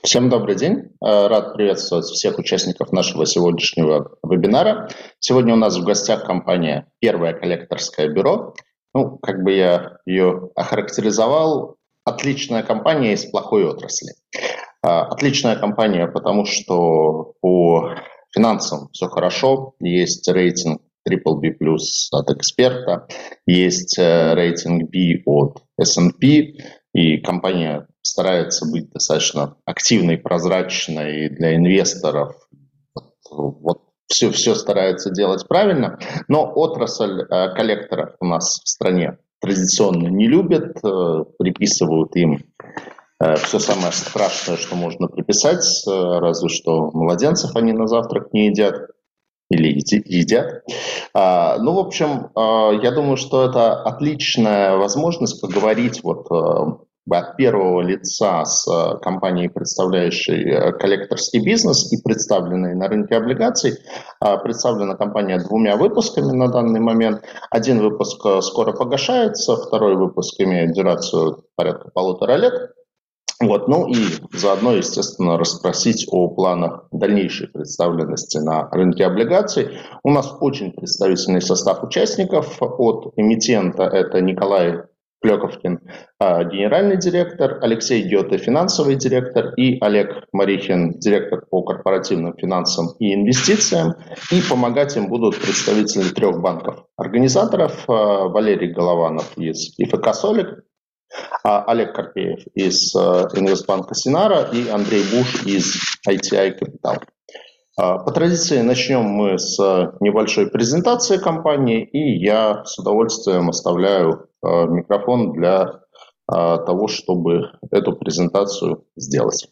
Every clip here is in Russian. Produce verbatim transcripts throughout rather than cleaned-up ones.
Всем добрый день. Э, Рад приветствовать всех участников нашего сегодняшнего вебинара. Сегодня у нас в гостях компания «Первое коллекторское бюро». Ну, как бы я ее охарактеризовал, отличная компания из плохой отрасли. Э, Отличная компания, потому что по финансам все хорошо, есть рейтинг трипл би плюс от эксперта, есть э, рейтинг B от эс энд пи, и компания старается быть достаточно активной, прозрачной для инвесторов. Вот, вот все, все старается делать правильно, но отрасль э, коллекторов у нас в стране традиционно не любят, э, приписывают им э, все самое страшное, что можно приписать, э, разве что младенцев они на завтрак не едят или еди- едят. А, ну, в общем, а, я думаю, что это отличная возможность поговорить вот а, от первого лица с а, компанией, представляющей а, коллекторский бизнес и представленной на рынке облигаций. А, представлена компания двумя выпусками на данный момент. Один выпуск а, скоро погашается, второй выпуск имеет дюрацию порядка полутора лет. Вот, ну и заодно, естественно, расспросить о планах дальнейшей представленности на рынке облигаций. У нас очень представительный состав участников. От эмитента это Николай Клёковкин, генеральный директор, Алексей Гёте, финансовый директор, и Олег Марихин, директор по корпоративным финансам и инвестициям. И помогать им будут представители трех банков-организаторов: Валерий Голованов из ИФК «Солик», Олег Карпеев из э, Инвестбанка Синара и Андрей Буш из ай ти ай Capital. По традиции начнем мы с небольшой презентации компании, и я с удовольствием оставляю э, микрофон для э, того, чтобы эту презентацию сделать.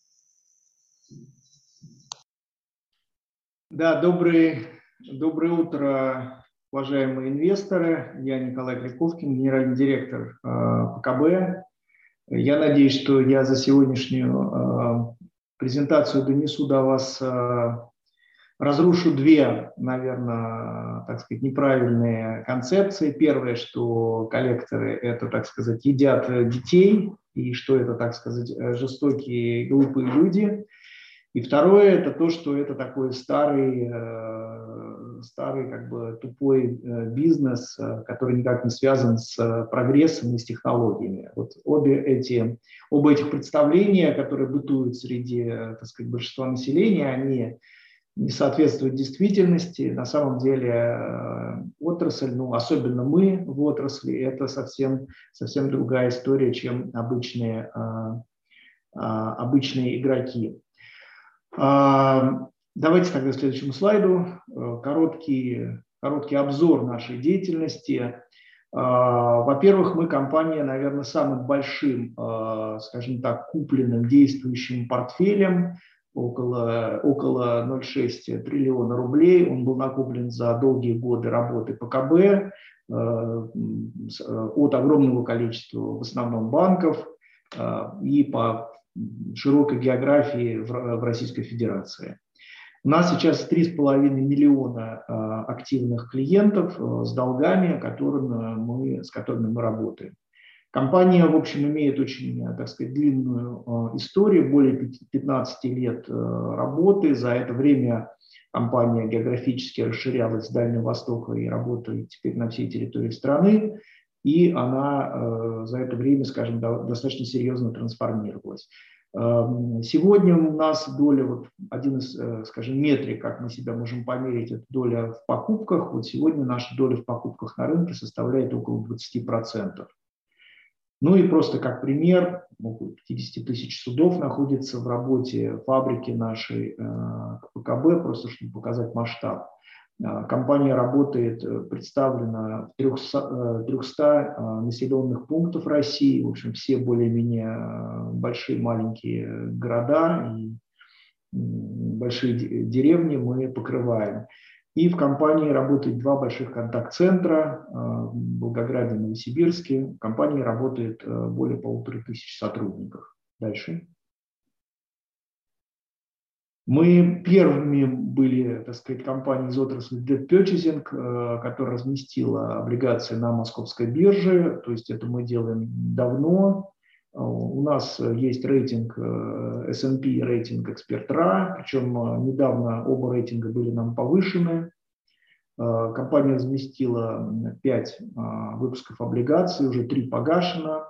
Да, добрый, доброе утро, уважаемые инвесторы. Я Николай Клёковкин, генеральный директор э, пэ ка бэ. Я надеюсь, что я за сегодняшнюю э, презентацию донесу до вас, э, разрушу две, наверное, так сказать, неправильные концепции. Первое, что коллекторы – это, так сказать, едят детей, и что это, так сказать, жестокие, глупые люди. И второе – это то, что это такой старый, старый как бы тупой бизнес, который никак не связан с прогрессом и с технологиями. Вот обе эти, оба этих представления, которые бытуют среди, так сказать, большинства населения, они не соответствуют действительности. На самом деле отрасль, ну, особенно мы в отрасли, это совсем, совсем другая история, чем обычные, обычные игроки. Давайте тогда к следующему слайду. Короткий, короткий обзор нашей деятельности. Во-первых, мы компания, наверное, с самым большим, скажем так, купленным действующим портфелем, около, около ноль целых шесть десятых триллиона рублей. Он был накоплен за долгие годы работы пэ ка бэ от огромного количества, в основном, банков и по широкой географии в, в Российской Федерации. У нас сейчас три с половиной миллиона активных клиентов с долгами, которыми мы, с которыми мы работаем. Компания, в общем, имеет очень, так сказать, длинную историю, более пятнадцати лет работы. За это время компания географически расширялась с Дальнего Востока и работает теперь на всей территории страны. И она за это время, скажем, достаточно серьезно трансформировалась. Сегодня у нас доля, вот один из, скажем, метрик, как мы себя можем померить, это доля в покупках. Вот сегодня наша доля в покупках на рынке составляет около двадцати процентов. Ну и просто как пример, около пятидесяти тысяч судов находится в работе фабрики нашей пэ ка бэ, просто чтобы показать масштаб. Компания работает, представлена в трёхстах населенных пунктах России, в общем, все более-менее большие, маленькие города и большие деревни мы покрываем. И в компании работает два больших контакт-центра в Волгограде и Новосибирске. В компании работает более полутора тысяч сотрудников. Дальше. Мы первыми были, так сказать, компанией из отрасли Debt Purchasing, которая разместила облигации на московской бирже. То есть это мы делаем давно. У нас есть рейтинг эс энд пи, рейтинг Эксперт.ра, причем недавно оба рейтинга были нам повышены. Компания разместила пять выпусков облигаций, уже три погашено.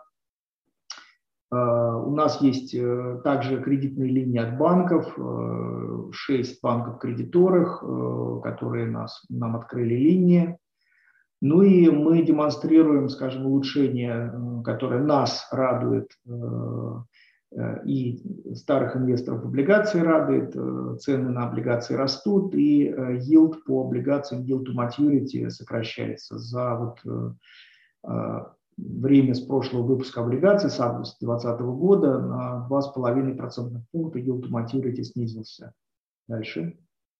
У нас есть также кредитные линии от банков, шесть банков-кредиторов, которые нас, нам открыли линии. Ну и мы демонстрируем, скажем, улучшение, которое нас радует, и старых инвесторов облигаций радует, цены на облигации растут, и yield по облигациям, yield to maturity сокращается. За вот время с прошлого выпуска облигаций, с августа две тысячи двадцатого года, на два с половиной процентных пункта yield to maturity снизился. Дальше.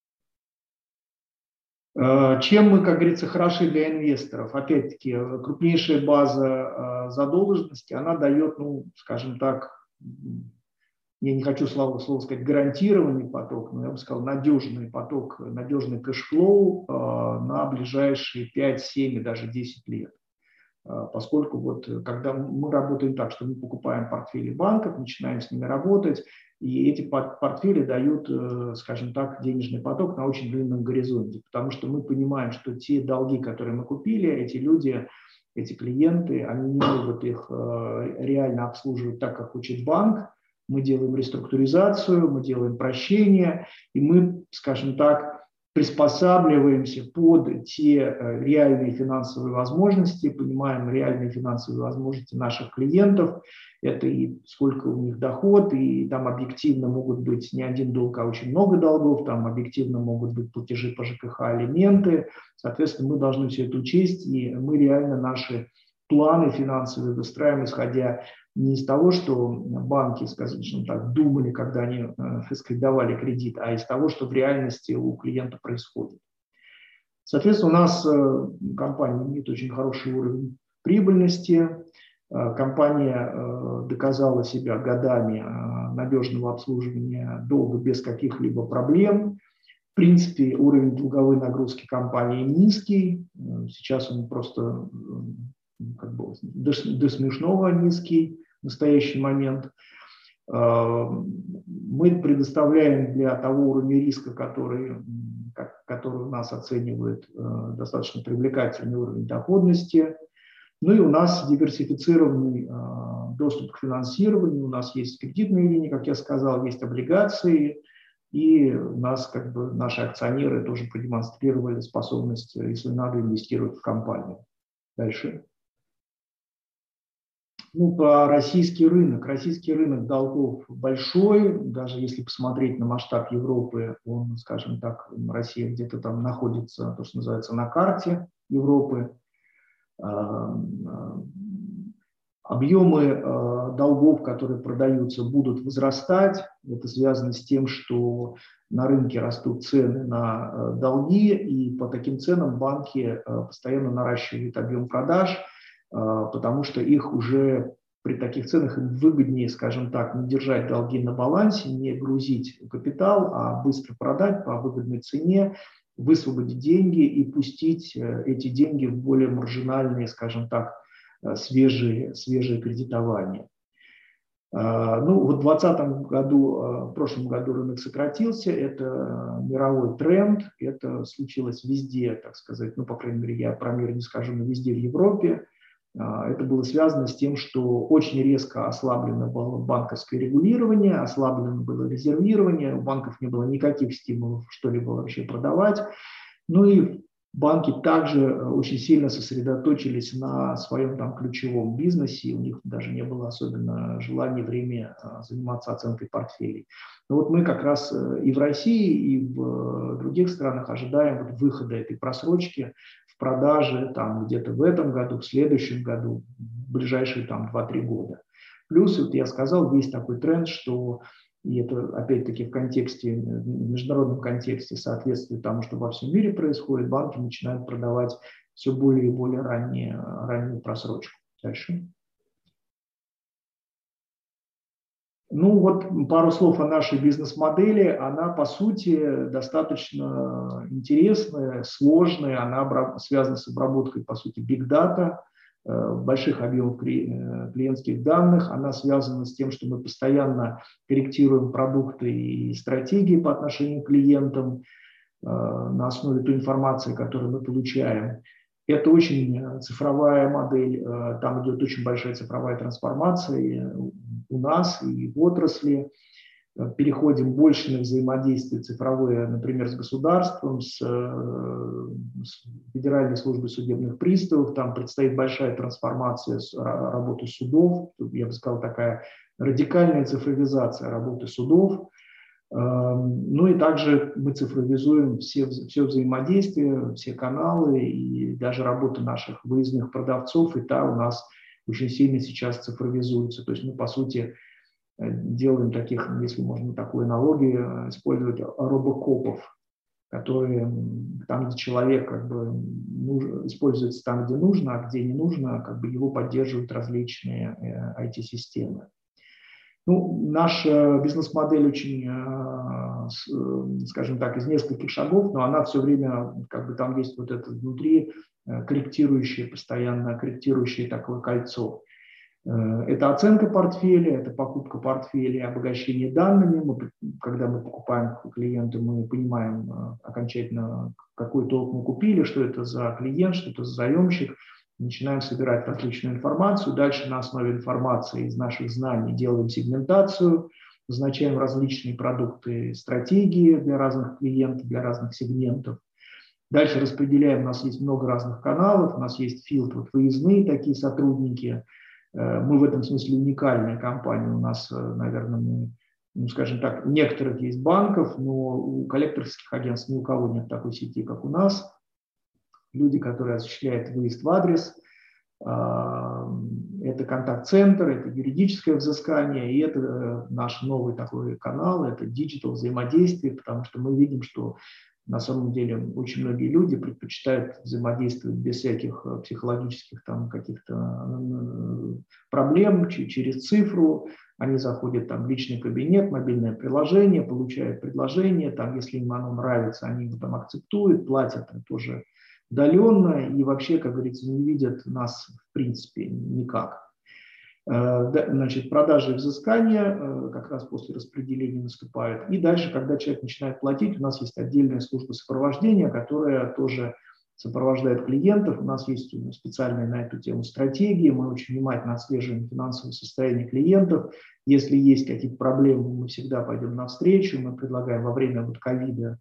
Чем мы, как говорится, хороши для инвесторов? Опять-таки, крупнейшая база задолженности, она дает, ну, скажем так, я не хочу слово, слово сказать гарантированный поток, но я бы сказал надежный поток, надежный кэшфлоу на ближайшие пять, семь и даже десять лет. Поскольку вот когда мы работаем так, что мы покупаем портфели банков, начинаем с ними работать, и эти портфели дают, скажем так, денежный поток на очень длинном горизонте, потому что мы понимаем, что те долги, которые мы купили, эти люди, эти клиенты, они не могут их реально обслуживать так, как хочет банк. Мы делаем реструктуризацию, мы делаем прощение, и мы, скажем так, приспосабливаемся под те реальные финансовые возможности, понимаем реальные финансовые возможности наших клиентов, это и сколько у них доход, и там объективно могут быть не один долг, а очень много долгов, там объективно могут быть платежи по ЖКХ, алименты, соответственно, мы должны все это учесть, и мы реально наши планы финансовые выстраиваем, исходя не из того, что банки, скажем так, думали, когда они, так сказать, давали кредит, а из того, что в реальности у клиента происходит. Соответственно, у нас компания имеет очень хороший уровень прибыльности. Компания доказала себя годами надежного обслуживания долга без каких-либо проблем. В принципе, уровень долговой нагрузки компании низкий. Сейчас он просто как бы до, до смешного низкий в настоящий момент. Мы предоставляем для того уровня риска, который, который у нас оценивает достаточно привлекательный уровень доходности. Ну и у нас диверсифицированный доступ к финансированию, у нас есть кредитные линии, как я сказал, есть облигации, и у нас как бы наши акционеры тоже продемонстрировали способность, если надо, инвестировать в компанию. Дальше. Ну, по российский рынок. Российский рынок долгов большой, даже если посмотреть на масштаб Европы, он, скажем так, Россия где-то там находится, то, что называется, на карте Европы. Объемы долгов, которые продаются, будут возрастать. Это связано с тем, что на рынке растут цены на долги, и по таким ценам банки постоянно наращивают объем продаж, потому что их уже при таких ценах им выгоднее, скажем так, не держать долги на балансе, не грузить капитал, а быстро продать по выгодной цене, высвободить деньги и пустить эти деньги в более маржинальные, скажем так, свежие, свежие кредитования. Ну, вот в двадцатом году, в прошлом году рынок сократился, это мировой тренд, это случилось везде, так сказать, ну, по крайней мере, я про мир не скажу, но везде в Европе. Это было связано с тем, что очень резко ослаблено было банковское регулирование, ослаблено было резервирование, у банков не было никаких стимулов что-либо вообще продавать. Ну и банки также очень сильно сосредоточились на своем там ключевом бизнесе, у них даже не было особенно желания, времени заниматься оценкой портфелей. Но вот мы как раз и в России, и в других странах ожидаем вот выхода этой просрочки в продаже там где-то в этом году, в следующем году, в ближайшие там два-три года. Плюс, вот я сказал, есть такой тренд, что, и это опять-таки в контексте, в международном контексте соответствует тому, что во всем мире происходит, банки начинают продавать все более и более ранние, раннюю просрочку. Дальше. Ну вот пару слов о нашей бизнес-модели. Она по сути достаточно интересная, сложная. Она связана с обработкой по сути big data. больших объемов клиентских данных. Она связана с тем, что мы постоянно корректируем продукты и стратегии по отношению к клиентам на основе той информации, которую мы получаем. Это очень цифровая модель, там идет очень большая цифровая трансформация у нас и в отрасли. Переходим больше на взаимодействие цифровое, например, с государством, с, с Федеральной службой судебных приставов. Там предстоит большая трансформация с работы судов, я бы сказал, такая радикальная цифровизация работы судов. Ну и также мы цифровизуем все, все взаимодействие, все каналы и даже работа наших выездных продавцов, и та у нас очень сильно сейчас цифровизуется. То есть мы, по сути, делаем таких, если можно такую аналогию использовать, робокопов, которые там, где человек как бы нужно, используется там, где нужно, а где не нужно, как бы его поддерживают различные э, ай ти-системы. Ну, наша бизнес-модель очень, э, скажем так, из нескольких шагов, но она все время, как бы там есть вот это внутри корректирующее, постоянно корректирующее такое кольцо. Это оценка портфеля, это покупка портфеля, обогащение данными. Мы, когда мы покупаем клиенту, мы понимаем окончательно, какой толк мы купили, что это за клиент, что это за заемщик. Начинаем собирать различную информацию. Дальше на основе информации из наших знаний делаем сегментацию, назначаем различные продукты, стратегии для разных клиентов, для разных сегментов. Дальше распределяем, у нас есть много разных каналов, у нас есть филд, вот выездные такие сотрудники. Мы в этом смысле уникальная компания. У нас, наверное, мы, ну, скажем так, некоторых есть банков, но у коллекторских агентств ни у кого нет такой сети, как у нас. Люди, которые осуществляют выезд в адрес, это контакт-центр, это юридическое взыскание, и это наш новый такой канал, это диджитал взаимодействие, потому что мы видим, что на самом деле очень многие люди предпочитают взаимодействовать без всяких психологических там каких-то проблем через цифру. Они заходят там в личный кабинет, мобильное приложение, получают предложение, там, если им оно нравится, они его там акцептуют, платят тоже удаленно и вообще, как говорится, не видят нас в принципе никак. Значит, продажи и взыскания как раз после распределения наступают. И дальше, когда человек начинает платить, у нас есть отдельная служба сопровождения, которая тоже сопровождает клиентов. У нас есть специальные на эту тему стратегии. Мы очень внимательно отслеживаем финансовое состояние клиентов. Если есть какие-то проблемы, мы всегда пойдем навстречу. Мы предлагаем во время вот ковида,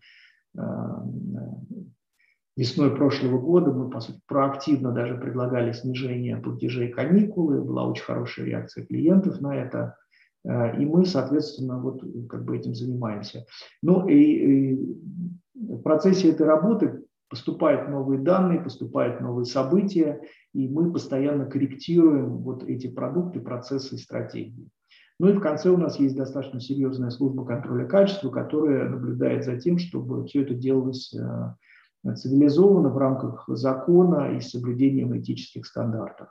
весной прошлого года мы, по сути, проактивно даже предлагали снижение платежей каникулы, была очень хорошая реакция клиентов на это, и мы, соответственно, вот как бы этим занимаемся. Ну и, и в процессе этой работы поступают новые данные, поступают новые события, и мы постоянно корректируем вот эти продукты, процессы и стратегии. Ну и в конце у нас есть достаточно серьезная служба контроля качества, которая наблюдает за тем, чтобы все это делалось цивилизованно в рамках закона и с соблюдением этических стандартов.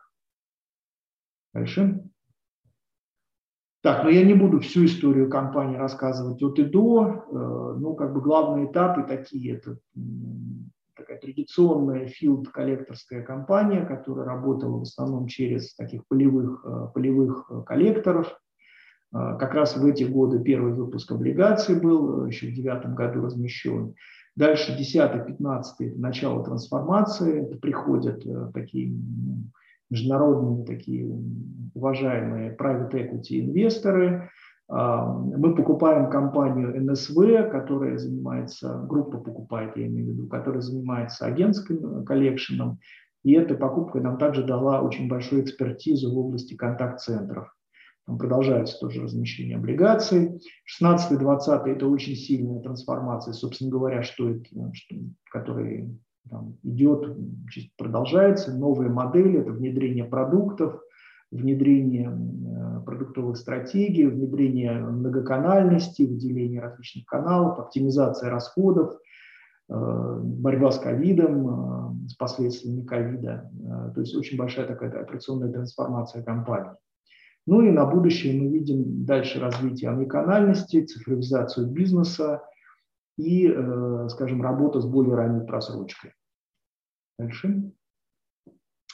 Дальше. Так, но я не буду всю историю компании рассказывать от и до. Ну, как бы главные этапы такие. Это такая традиционная филд-коллекторская компания, которая работала в основном через таких полевых, полевых коллекторов. Как раз в эти годы первый выпуск облигаций был, еще в две тысячи девятом году размещен. Дальше десятый, пятнадцатый – это начало трансформации, это приходят такие международные, такие уважаемые private equity инвесторы. Мы покупаем компанию эн эс ви, которая занимается, группа покупает, я имею в виду, которая занимается агентским коллекшеном. И эта покупка нам также дала очень большую экспертизу в области контакт-центров. Там продолжается тоже размещение облигаций. шестнадцатый-двадцатый – это очень сильная трансформация, собственно говоря, что это, что, которая там идет, продолжается. Новые модели – это внедрение продуктов, внедрение продуктовых стратегий, внедрение многоканальности, выделение различных каналов, оптимизация расходов, борьба с ковидом, с последствиями ковида. То есть очень большая такая операционная трансформация компании. Ну и на будущее мы видим дальше развитие омниканальности, цифровизацию бизнеса и, э, скажем, работу с более ранней просрочкой. Дальше.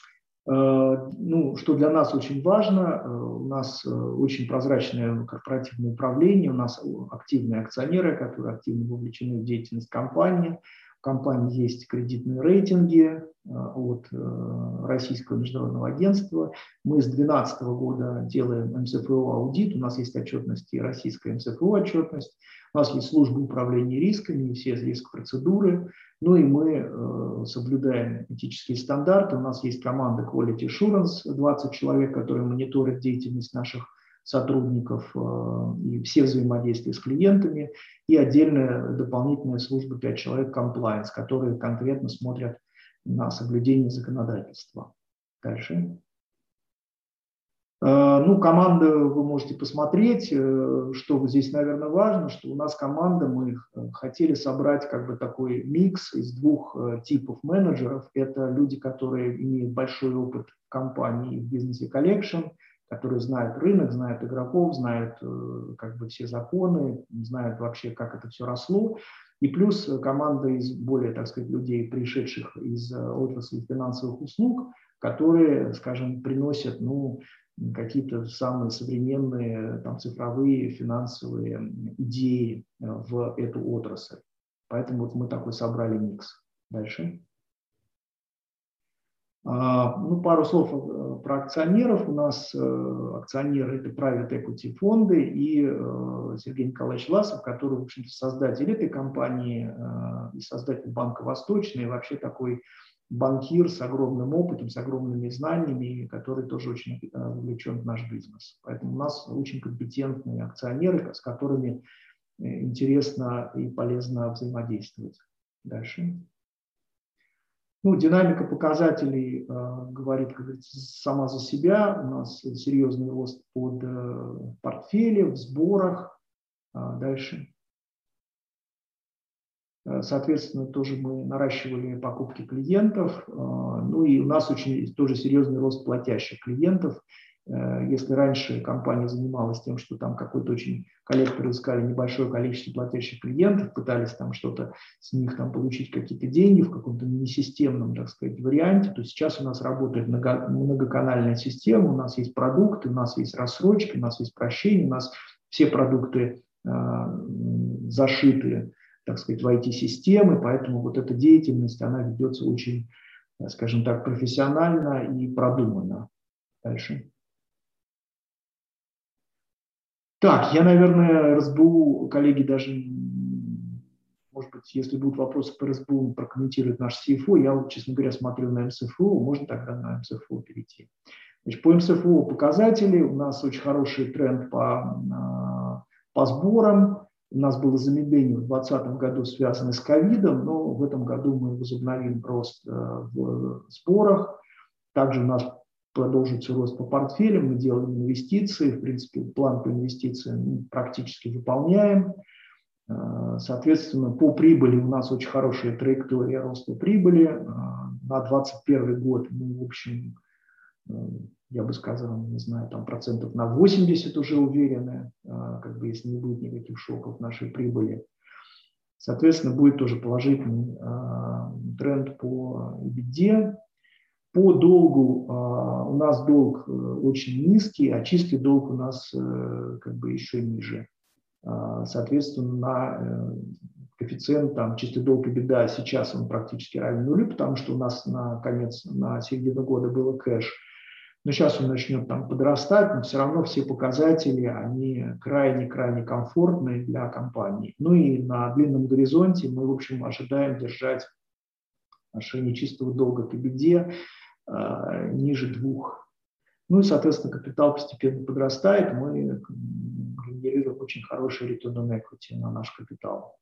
Ну, что для нас очень важно, у нас очень прозрачное корпоративное управление, у нас активные акционеры, которые активно вовлечены в деятельность компании. В компании есть кредитные рейтинги от Российского международного агентства. Мы с две тысячи двенадцатого года делаем эм эс эф о аудит, у нас есть отчетность и российская эм эс эф о отчетность, у нас есть служба управления рисками, все риск-процедуры, ну и мы э, соблюдаем этические стандарты, у нас есть команда Quality Assurance, двадцать человек, которые мониторят деятельность наших сотрудников э, и все взаимодействия с клиентами, и отдельная дополнительная служба пять человек Compliance, которые конкретно смотрят на соблюдение законодательства. Дальше. Ну, команда, вы можете посмотреть, что здесь, наверное, важно, что у нас команда, мы хотели собрать как бы такой микс из двух типов менеджеров. Это люди, которые имеют большой опыт в компании, в бизнесе коллекшн, которые знают рынок, знают игроков, знают как бы все законы, знают вообще, как это все росло. И плюс команда из более, так сказать, людей, пришедших из отрасли финансовых услуг, которые, скажем, приносят, ну, какие-то самые современные там, цифровые финансовые идеи в эту отрасль. Поэтому вот мы такой собрали микс. Дальше. Ну, пару слов про акционеров. У нас акционеры – это private equity фонды и Сергей Николаевич Власов, который, в общем-то, создатель этой компании и создатель Банка Восточный, и вообще такой банкир с огромным опытом, с огромными знаниями, который тоже очень вовлечен в наш бизнес. Поэтому у нас очень компетентные акционеры, с которыми интересно и полезно взаимодействовать. Дальше. Ну, динамика показателей э, говорит, как говорится, сама за себя. У нас серьезный рост под э, портфеле, в сборах. А дальше. Соответственно, тоже мы наращивали покупки клиентов. Ну и у нас очень тоже серьезный рост платящих клиентов. Если раньше компания занималась тем, что там какой-то очень коллекторы искали небольшое количество платящих клиентов, пытались там что-то с них там получить какие-то деньги в каком-то несистемном, так сказать, варианте, то сейчас у нас работает много, многоканальная система, у нас есть продукты, у нас есть рассрочки, у нас есть прощение, у нас все продукты э, зашиты, так сказать, в ай ти-системы, поэтому вот эта деятельность, она ведется очень, скажем так, профессионально и продуманно. Дальше. Так, я, наверное, эр эс бэ у, коллеги, даже, может быть, если будут вопросы по эр эс бэ у, прокомментирует наш си эф о, я, честно говоря, смотрю на эм эс эф о, можно тогда на эм эс эф о перейти. Значит, по эм эс эф о показатели у нас очень хороший тренд по, по сборам. У нас было замедление в двадцатом году, связанное с ковидом, но в этом году мы возобновим рост в сборах. Также у нас продолжится рост по портфелям, мы делаем инвестиции, в принципе, план по инвестициям мы практически выполняем. Соответственно, по прибыли у нас очень хорошая траектория роста прибыли. На двадцать первый год мы, в общем, я бы сказал, не знаю, там процентов на восемьдесят уже уверены, как бы, если не будет никаких шоков нашей прибыли. Соответственно, будет тоже положительный тренд по EBITDA. По долгу у нас долг очень низкий, а чистый долг у нас как бы еще ниже. Соответственно, на коэффициент там, чистый долг EBITDA сейчас он практически равен нулю, потому что у нас на конец, на середину года было кэш. Но сейчас он начнет там подрастать, но все равно все показатели, они крайне-крайне комфортные для компании. Ну и на длинном горизонте мы, в общем, ожидаем держать отношение чистого долга к EBITDA э, ниже двух. Ну и, соответственно, капитал постепенно подрастает, мы генерируем очень хороший return on equity на наш капитал.